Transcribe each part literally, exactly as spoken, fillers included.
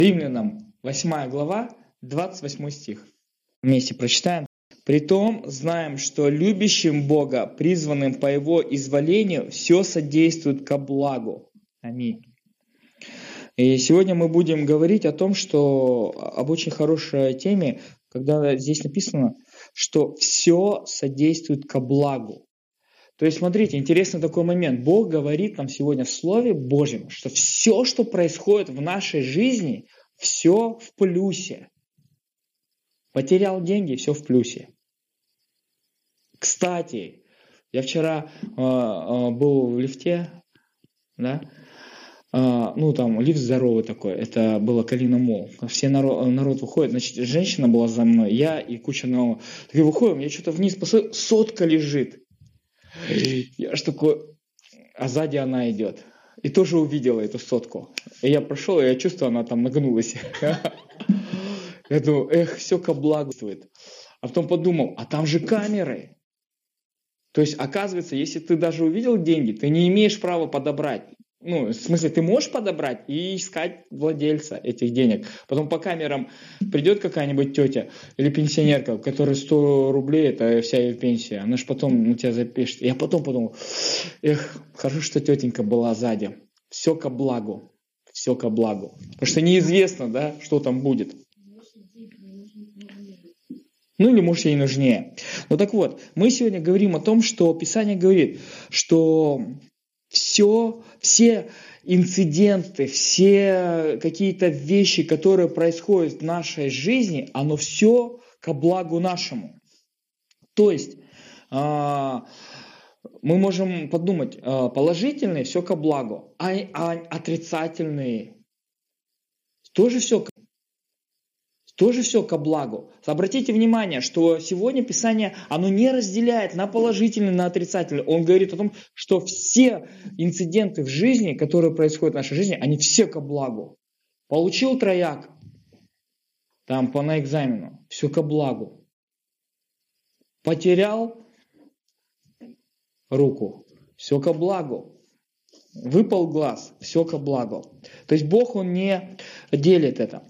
Римлянам восьмая глава, двадцать восьмой стих. Вместе прочитаем. «Притом знаем, что любящим Бога, призванным по Его изволению, все содействует ко благу». Аминь. И сегодня мы будем говорить о том, что об очень хорошей теме, когда здесь написано, что все содействует ко благу. То есть, смотрите, интересный такой момент. Бог говорит нам сегодня в Слове Божьем, что все, что происходит в нашей жизни, все в плюсе. Потерял деньги, все в плюсе. Кстати, я вчера э, э, был в лифте, да, э, ну там лифт здоровый такой, это было Калина Молл. Все народ, народ выходит, значит, женщина была за мной, я и куча народа. Так выходим, я что-то вниз посмотрел, сотка лежит. Я ж такой, а сзади она идет. И тоже увидела эту сотку. И я прошел, и я чувствую, она там нагнулась. Я думаю, эх, все ко благу. А потом подумал, а там же камеры. То есть, оказывается, если ты даже увидел деньги, ты не имеешь права подобрать. Ну, в смысле, ты можешь подобрать и искать владельца этих денег. Потом по камерам придет какая-нибудь тетя или пенсионерка, у которой сто рублей, это вся ее пенсия. Она же потом на тебя запишет. Я потом подумал, эх, хорошо, что тетенька была сзади. Все ко благу. Все ко благу. Потому что неизвестно, да, что там будет. Ну или может ей нужнее. Ну так вот, мы сегодня говорим о том, что Писание говорит, что все, все инциденты, все какие-то вещи, которые происходят в нашей жизни, оно все ко благу нашему. То есть мы можем подумать, положительные все ко благу, а отрицательные тоже все Тоже все ко благу. Обратите внимание, что сегодня Писание, оно не разделяет на положительные, на отрицательные. Он говорит о том, что все инциденты в жизни, которые происходят в нашей жизни, они все ко благу. Получил трояк, там по на экзамену, все ко благу. Потерял руку, все ко благу. Выпал глаз, все ко благу. То есть Бог, Он не делит это.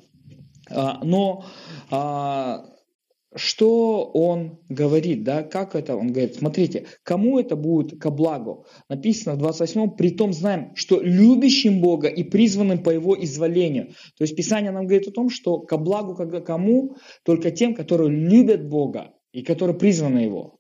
Но а, что он говорит, да, как это он говорит? Смотрите, кому это будет ко благу? Написано в двадцать восьмом, притом знаем, что любящим Бога и призванным по Его изволению. То есть Писание нам говорит о том, что ко благу когда кому? Только тем, которые любят Бога и которые призваны Его.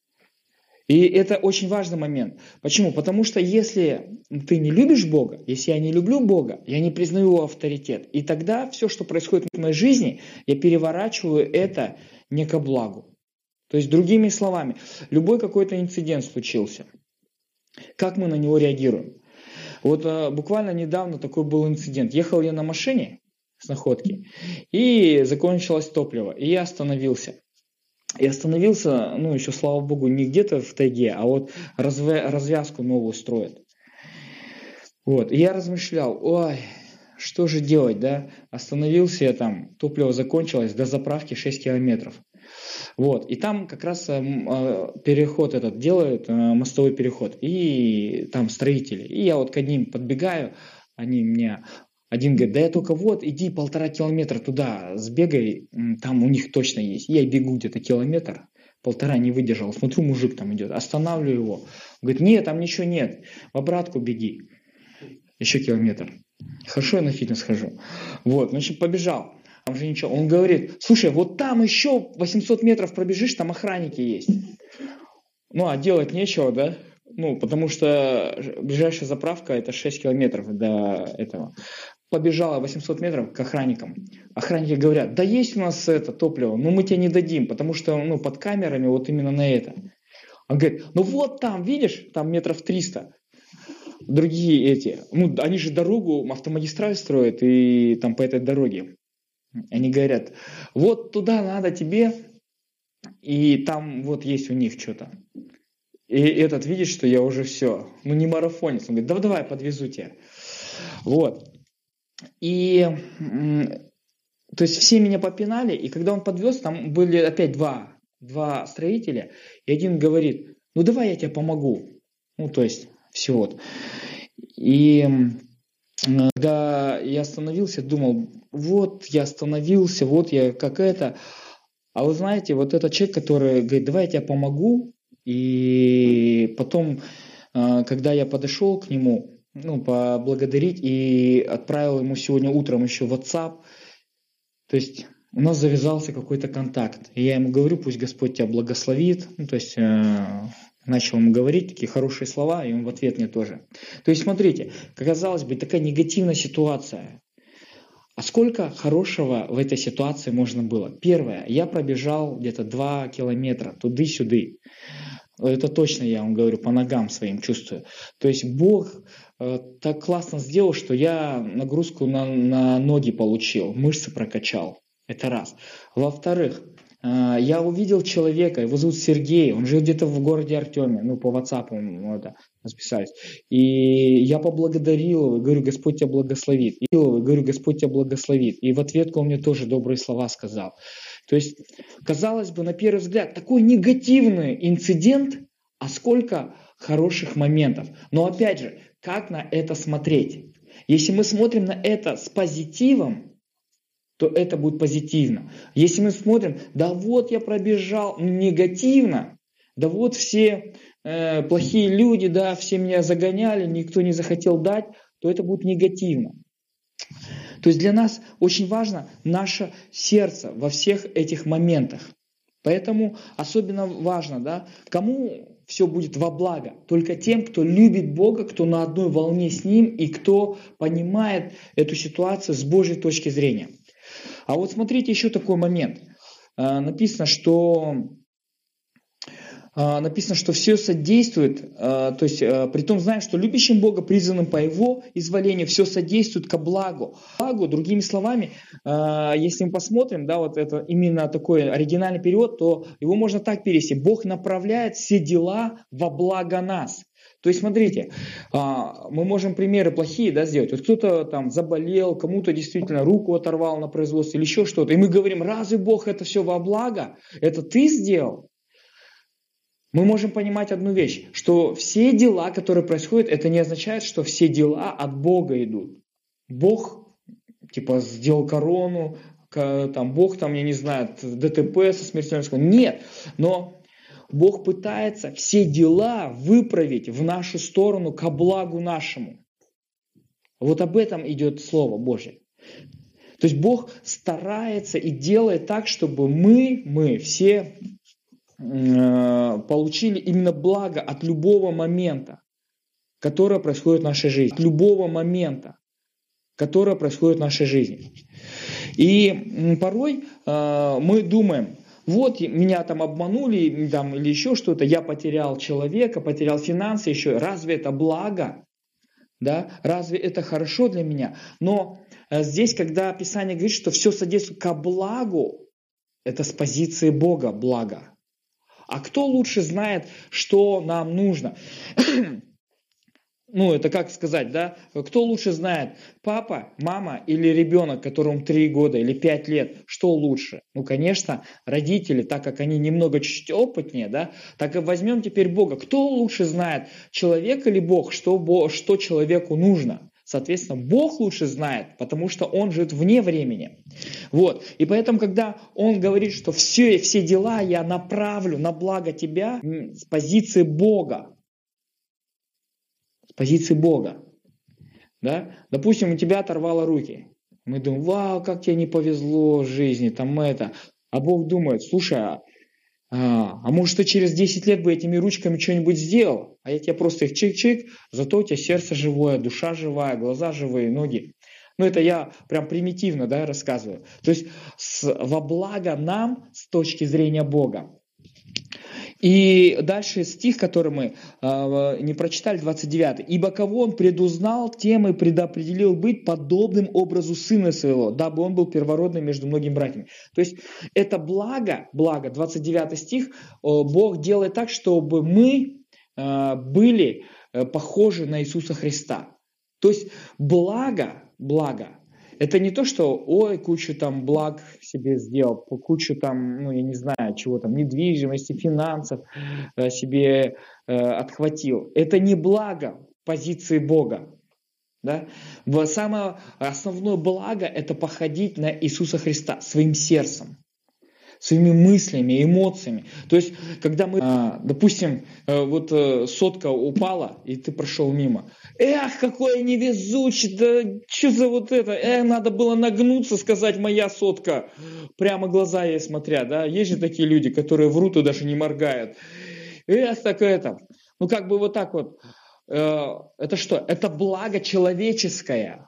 И это очень важный момент. Почему? Потому что если ты не любишь Бога, если я не люблю Бога, я не признаю Его авторитет. И тогда все, что происходит в моей жизни, я переворачиваю это не ко благу. То есть, другими словами, любой какой-то инцидент случился. Как мы на него реагируем? Вот а, буквально недавно такой был инцидент. Ехал я на машине с находки, и закончилось топливо, и я остановился. И остановился, ну, еще, слава богу, не где-то в тайге, а вот развя- развязку новую строят. Вот, и я размышлял, ой, что же делать, да? Остановился я там, топливо закончилось, до заправки шесть километров. Вот, и там как раз э, переход этот делают, э, мостовой переход, и там строители. И я вот к одним подбегаю, они мне... Один говорит, да я только вот, иди полтора километра туда, сбегай, там у них точно есть. Я бегу где-то километр, полтора не выдержал, смотрю, мужик там идет, останавливаю его. Он говорит, нет, там ничего нет, в обратку беги, еще километр. Хорошо, я на фитнес хожу. Вот, значит, побежал, там же ничего. Он говорит, слушай, вот там еще восемьсот метров пробежишь, там охранники есть. Ну, а делать нечего, да? Ну, потому что ближайшая заправка это шесть километров до этого. Побежала восемьсот метров к охранникам. Охранники говорят, да есть у нас это топливо, но мы тебе не дадим, потому что ну, под камерами вот именно на это. Он говорит, ну вот там, видишь, там метров триста. Другие эти, ну они же дорогу, автомагистраль строят и там по этой дороге. Они говорят, вот туда надо тебе, и там вот есть у них что-то. И этот видит, что я уже все, ну не марафонец. Он говорит, да давай, подвезу тебя. Вот. И, то есть все меня попинали, и когда он подвез, там были опять два, два строителя, и один говорит, ну давай я тебе помогу. Ну, то есть, все вот. И когда я остановился, думал, вот я остановился, вот я как это. А вы знаете, вот этот человек, который говорит, давай я тебе помогу, и потом, когда я подошел к нему, ну, поблагодарить и отправил ему сегодня утром еще WhatsApp, то есть у нас завязался какой-то контакт. И я ему говорю, пусть Господь тебя благословит, ну, то есть начал ему говорить такие хорошие слова, и он в ответ мне тоже. То есть смотрите, казалось бы, такая негативная ситуация. А сколько хорошего в этой ситуации можно было? Первое, я пробежал где-то два километра туды-сюды. Это точно я вам говорю, по ногам своим чувствую. То есть Бог э, так классно сделал, что я нагрузку на, на ноги получил, мышцы прокачал. Это раз. Во-вторых, э, я увидел человека, его зовут Сергей, он живет где-то в городе Артеме, ну по WhatsApp мы это расписались. И я поблагодарил его, говорю, Господь тебя благословит. И говорю, Господь тебя благословит. И в ответку он мне тоже добрые слова сказал. То есть, казалось бы, на первый взгляд, такой негативный инцидент, а сколько хороших моментов. Но опять же, как на это смотреть? Если мы смотрим на это с позитивом, то это будет позитивно. Если мы смотрим, да вот я пробежал негативно, да вот все э, плохие люди, да, все меня загоняли, никто не захотел дать, то это будет негативно. То есть для нас очень важно наше сердце во всех этих моментах. Поэтому особенно важно, да, кому все будет во благо? Только тем, кто любит Бога, кто на одной волне с Ним и кто понимает эту ситуацию с Божьей точки зрения. А вот смотрите еще такой момент. Написано, что... Написано, что все содействует, то есть при том знаем, что любящим Бога, призванным по Его изволению, все содействует ко благу. Благу, другими словами, если мы посмотрим, да, вот это именно такой оригинальный перевод, то его можно так перевести. Бог направляет все дела во благо нас. То есть, смотрите, мы можем примеры плохие, да, сделать. Вот кто-то там заболел, кому-то действительно руку оторвал на производстве или еще что-то. И мы говорим, разве Бог это все во благо? Это ты сделал? Мы можем понимать одну вещь, что все дела, которые происходят, это не означает, что все дела от Бога идут. Бог, типа, сделал корону, там, Бог, там, я не знаю, ДТП со смертельным исходом. Нет, но Бог пытается все дела выправить в нашу сторону ко благу нашему. Вот об этом идет Слово Божье. То есть Бог старается и делает так, чтобы мы, мы все... получили именно благо от любого момента, которое происходит в нашей жизни. От любого момента, которое происходит в нашей жизни. И порой э, мы думаем, вот меня там обманули там, или еще что-то, я потерял человека, потерял финансы еще. Разве это благо? Да? Разве это хорошо для меня? Но э, здесь, когда Писание говорит, что все содействует ко благу, это с позиции Бога благо. А кто лучше знает, что нам нужно? Ну, это как сказать, да? Кто лучше знает, папа, мама или ребенок, которому три года или пять лет, что лучше? Ну, конечно, родители, так как они немного чуть-чуть опытнее, да? Так и возьмем теперь Бога. Кто лучше знает, человек или Бог, что, что человеку нужно? Соответственно, Бог лучше знает, потому что Он живет вне времени. Вот. И поэтому, когда Он говорит, что все, все дела я направлю на благо тебя с позиции Бога. С позиции Бога. Да? Допустим, у тебя оторвало руки. Мы думаем, вау, как тебе не повезло в жизни, там это. А Бог думает, слушай, а, а может, ты через десять лет бы этими ручками что-нибудь сделал? А я тебе просто их чик-чик, зато у тебя сердце живое, душа живая, глаза живые, ноги. Ну, это я прям примитивно, да, рассказываю. То есть с, во благо нам с точки зрения Бога. И дальше стих, который мы э, не прочитали, двадцать девятый. «Ибо кого он предузнал, тем и предопределил быть подобным образу сына своего, дабы он был первородным между многими братьями». То есть это благо, благо, двадцать девятый стих, э, Бог делает так, чтобы мы э, были э, похожи на Иисуса Христа. То есть благо, благо, это не то, что ой, кучу там благ себе сделал, кучу там, ну я не знаю, чего там, недвижимости, финансов себе э, отхватил. Это не благо позиции Бога. Да? Самое основное благо – это походить на Иисуса Христа своим сердцем, своими мыслями, эмоциями. То есть, когда мы, допустим, вот сотка упала, и ты прошел мимо. Эх, какой я невезучий, да что за вот это? Эх, надо было нагнуться, сказать, моя сотка. Прямо глаза ей смотря, да? Есть же такие люди, которые врут и даже не моргают. Эх, так это. Ну, как бы вот так вот. Это что? Это благо человеческое.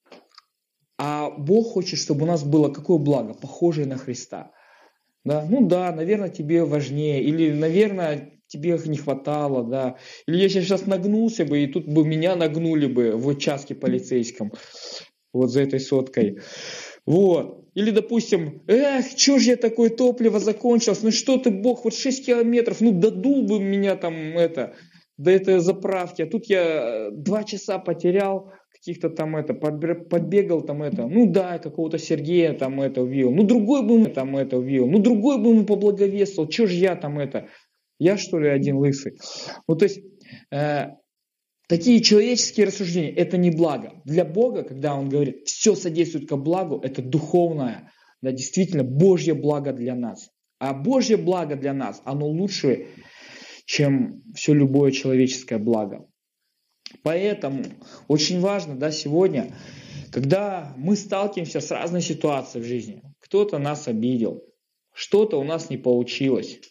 А Бог хочет, чтобы у нас было какое благо? Похожее на Христа. Да? Ну да, наверное, тебе важнее. Или, наверное, тебе их не хватало. Да? Или я сейчас нагнулся бы, и тут бы меня нагнули бы в участке полицейском. Вот за этой соткой. Вот. Или, допустим, эх, что же я такое топливо закончилось? Ну что ты, Бог, вот шесть километров, ну додул бы меня там это... до этой заправки, а тут я два часа потерял, каких-то там это, подбегал там это, ну да, какого-то Сергея там это увидел, ну другой бы ему там это увидел, ну другой бы ему поблаговествовал, что же я там это, я что ли один лысый? Ну то есть, э, такие человеческие рассуждения, это не благо. Для Бога, когда Он говорит, все содействует ко благу, это духовное, да, действительно Божье благо для нас. А Божье благо для нас, оно лучше, чем все любое человеческое благо. Поэтому очень важно, да, сегодня, когда мы сталкиваемся с разной ситуацией в жизни, кто-то нас обидел, что-то у нас не получилось.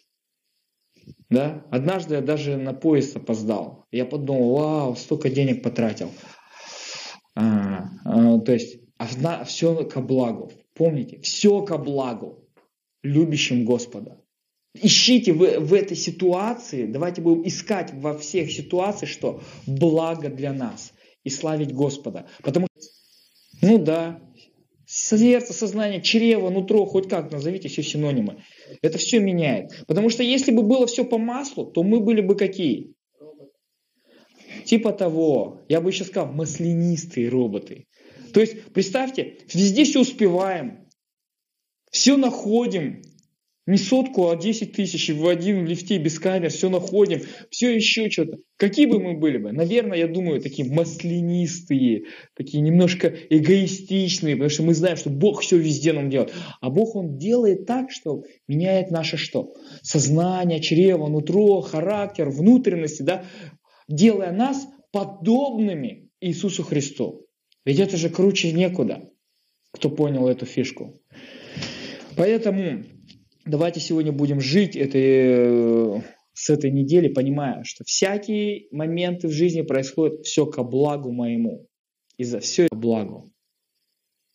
Да? Однажды я даже на поезд опоздал. Я подумал, вау, столько денег потратил. А, а, то есть все ко благу. Помните, все ко благу любящим Господа. Ищите в, в этой ситуации, давайте будем искать во всех ситуациях, что благо для нас. И славить Господа. Потому что, ну да, сердце, сознание, чрево, нутро, хоть как назовите, все синонимы. Это все меняет. Потому что если бы было все по маслу, то мы были бы какие? Типа того, я бы еще сказал, маслянистые роботы. То есть, представьте, везде все успеваем, все находим. Не сотку, а десять тысяч в один лифте без камер, все находим, все еще что-то. Какие бы мы были бы? Наверное, я думаю, такие маслянистые, такие немножко эгоистичные, потому что мы знаем, что Бог все везде нам делает. А Бог, Он делает так, что меняет наше что? Сознание, чрево, нутро, характер, внутренности, да? Делая нас подобными Иисусу Христу. Ведь это же круче некуда, кто понял эту фишку. Поэтому... Давайте сегодня будем жить этой, с этой недели, понимая, что всякие моменты в жизни происходят все ко благу моему. И за все ко благу.